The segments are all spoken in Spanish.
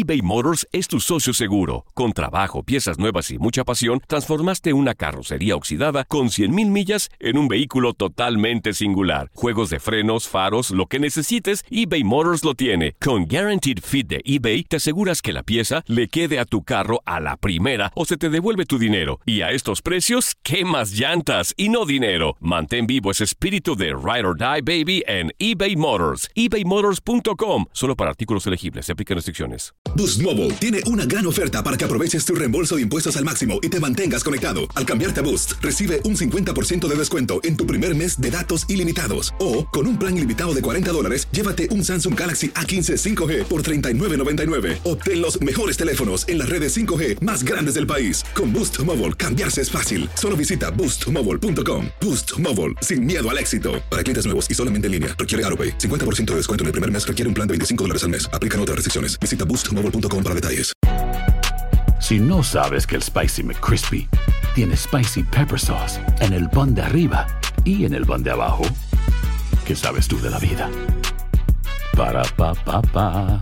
eBay Motors es tu socio seguro. Con trabajo, piezas nuevas y mucha pasión, transformaste una carrocería oxidada con 100,000 millas en un vehículo totalmente singular. Juegos de frenos, faros, lo que necesites, eBay Motors lo tiene. Con Guaranteed Fit de eBay, te aseguras que la pieza le quede a tu carro a la primera o se te devuelve tu dinero. Y a estos precios, ¿qué más llantas y no dinero? Mantén vivo ese espíritu de Ride or Die, baby, en eBay Motors. ebaymotors.com. Solo para artículos elegibles. Se aplican restricciones. Boost Mobile tiene una gran oferta para que aproveches tu reembolso de impuestos al máximo y te mantengas conectado. Al cambiarte a Boost, recibe un 50% de descuento en tu primer mes de datos ilimitados. O, con un plan ilimitado de $40, llévate un Samsung Galaxy A15 5G por $39.99. Obtén los mejores teléfonos en las redes 5G más grandes del país. Con Boost Mobile, cambiarse es fácil. Solo visita boostmobile.com. Boost Mobile, sin miedo al éxito. Para clientes nuevos y solamente en línea, requiere AutoPay. 50% de descuento en el primer mes requiere un plan de $25 al mes. Aplican otras restricciones. Visita boostmobile.com para detalles. Si no sabes que el Spicy McCrispy tiene Spicy Pepper Sauce en el pan de arriba y en el pan de abajo, ¿qué sabes tú de la vida? Para, pa, pa, pa.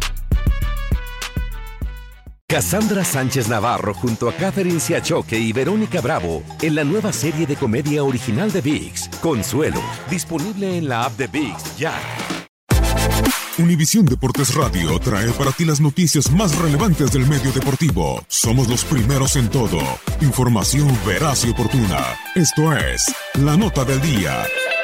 Cassandra Sánchez Navarro junto a Catherine Siachoque y Verónica Bravo en la nueva serie de comedia original de ViX, Consuelo, disponible en la app de ViX ya. Univisión Deportes Radio trae para ti las noticias más relevantes del medio deportivo. Somos los primeros en todo. Información veraz y oportuna. Esto es La Nota del Día.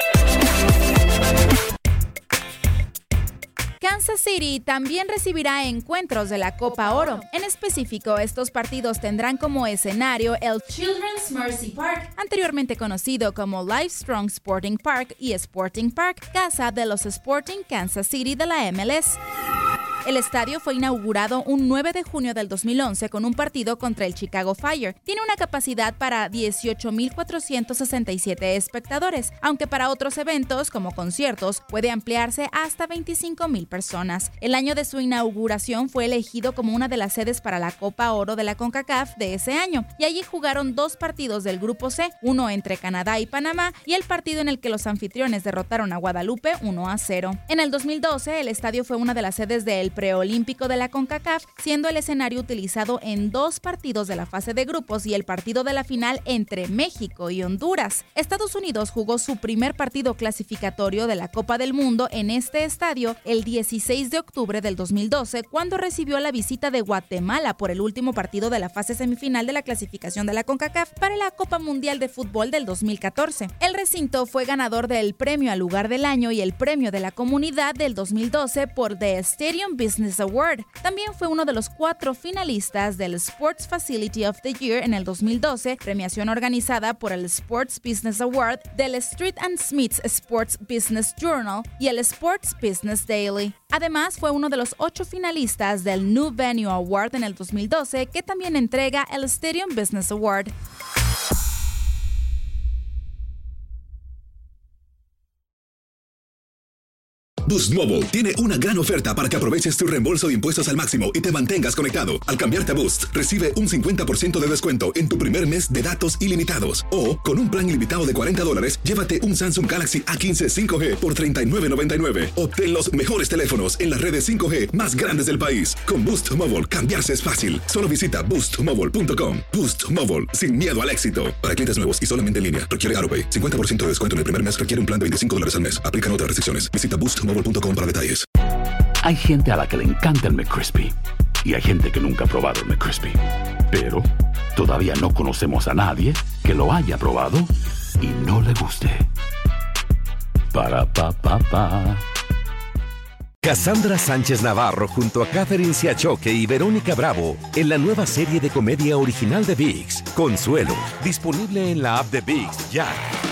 Kansas City también recibirá encuentros de la Copa Oro. En específico, estos partidos tendrán como escenario el Children's Mercy Park, anteriormente conocido como Livestrong Sporting Park y Sporting Park, casa de los Sporting Kansas City de la MLS. El estadio fue inaugurado un 9 de junio del 2011 con un partido contra el Chicago Fire. Tiene una capacidad para 18,467 espectadores, aunque para otros eventos, como conciertos, puede ampliarse hasta 25,000 personas. El año de su inauguración fue elegido como una de las sedes para la Copa Oro de la CONCACAF de ese año, y allí jugaron 2 partidos del Grupo C, uno entre Canadá y Panamá, y el partido en el que los anfitriones derrotaron a Guadalupe 1-0. En el 2012, el estadio fue una de las sedes del preolímpico de la CONCACAF, siendo el escenario utilizado en 2 partidos de la fase de grupos y el partido de la final entre México y Honduras. Estados Unidos jugó su primer partido clasificatorio de la Copa del Mundo en este estadio el 16 de octubre del 2012, cuando recibió la visita de Guatemala por el último partido de la fase semifinal de la clasificación de la CONCACAF para la Copa Mundial de Fútbol del 2014. El recinto fue ganador del premio al lugar del año y el premio de la comunidad del 2012 por The Stadium Business Award. También fue uno de los 4 finalistas del Sports Facility of the Year en el 2012, premiación organizada por el Sports Business Award del Street and Smith's Sports Business Journal y el Sports Business Daily. Además, fue uno de los 8 finalistas del New Venue Award en el 2012, que también entrega el Stadium Business Award. Boost Mobile tiene una gran oferta para que aproveches tu reembolso de impuestos al máximo y te mantengas conectado. Al cambiarte a Boost, recibe un 50% de descuento en tu primer mes de datos ilimitados. O, con un plan ilimitado de $40, llévate un Samsung Galaxy A15 5G por $39.99. Obtén los mejores teléfonos en las redes 5G más grandes del país. Con Boost Mobile, cambiarse es fácil. Solo visita boostmobile.com. Boost Mobile, sin miedo al éxito. Para clientes nuevos y solamente en línea, requiere AutoPay. 50% de descuento en el primer mes requiere un plan de $25 al mes. Aplican otras restricciones. Visita boostmobile.com para detalles. Hay gente a la que le encanta el McCrispy y hay gente que nunca ha probado el McCrispy. Pero todavía no conocemos a nadie que lo haya probado y no le guste. Para, pa, pa, pa. Cassandra Sánchez Navarro junto a Catherine Siachoque y Verónica Bravo en la nueva serie de comedia original de ViX, Consuelo, disponible en la app de ViX ya.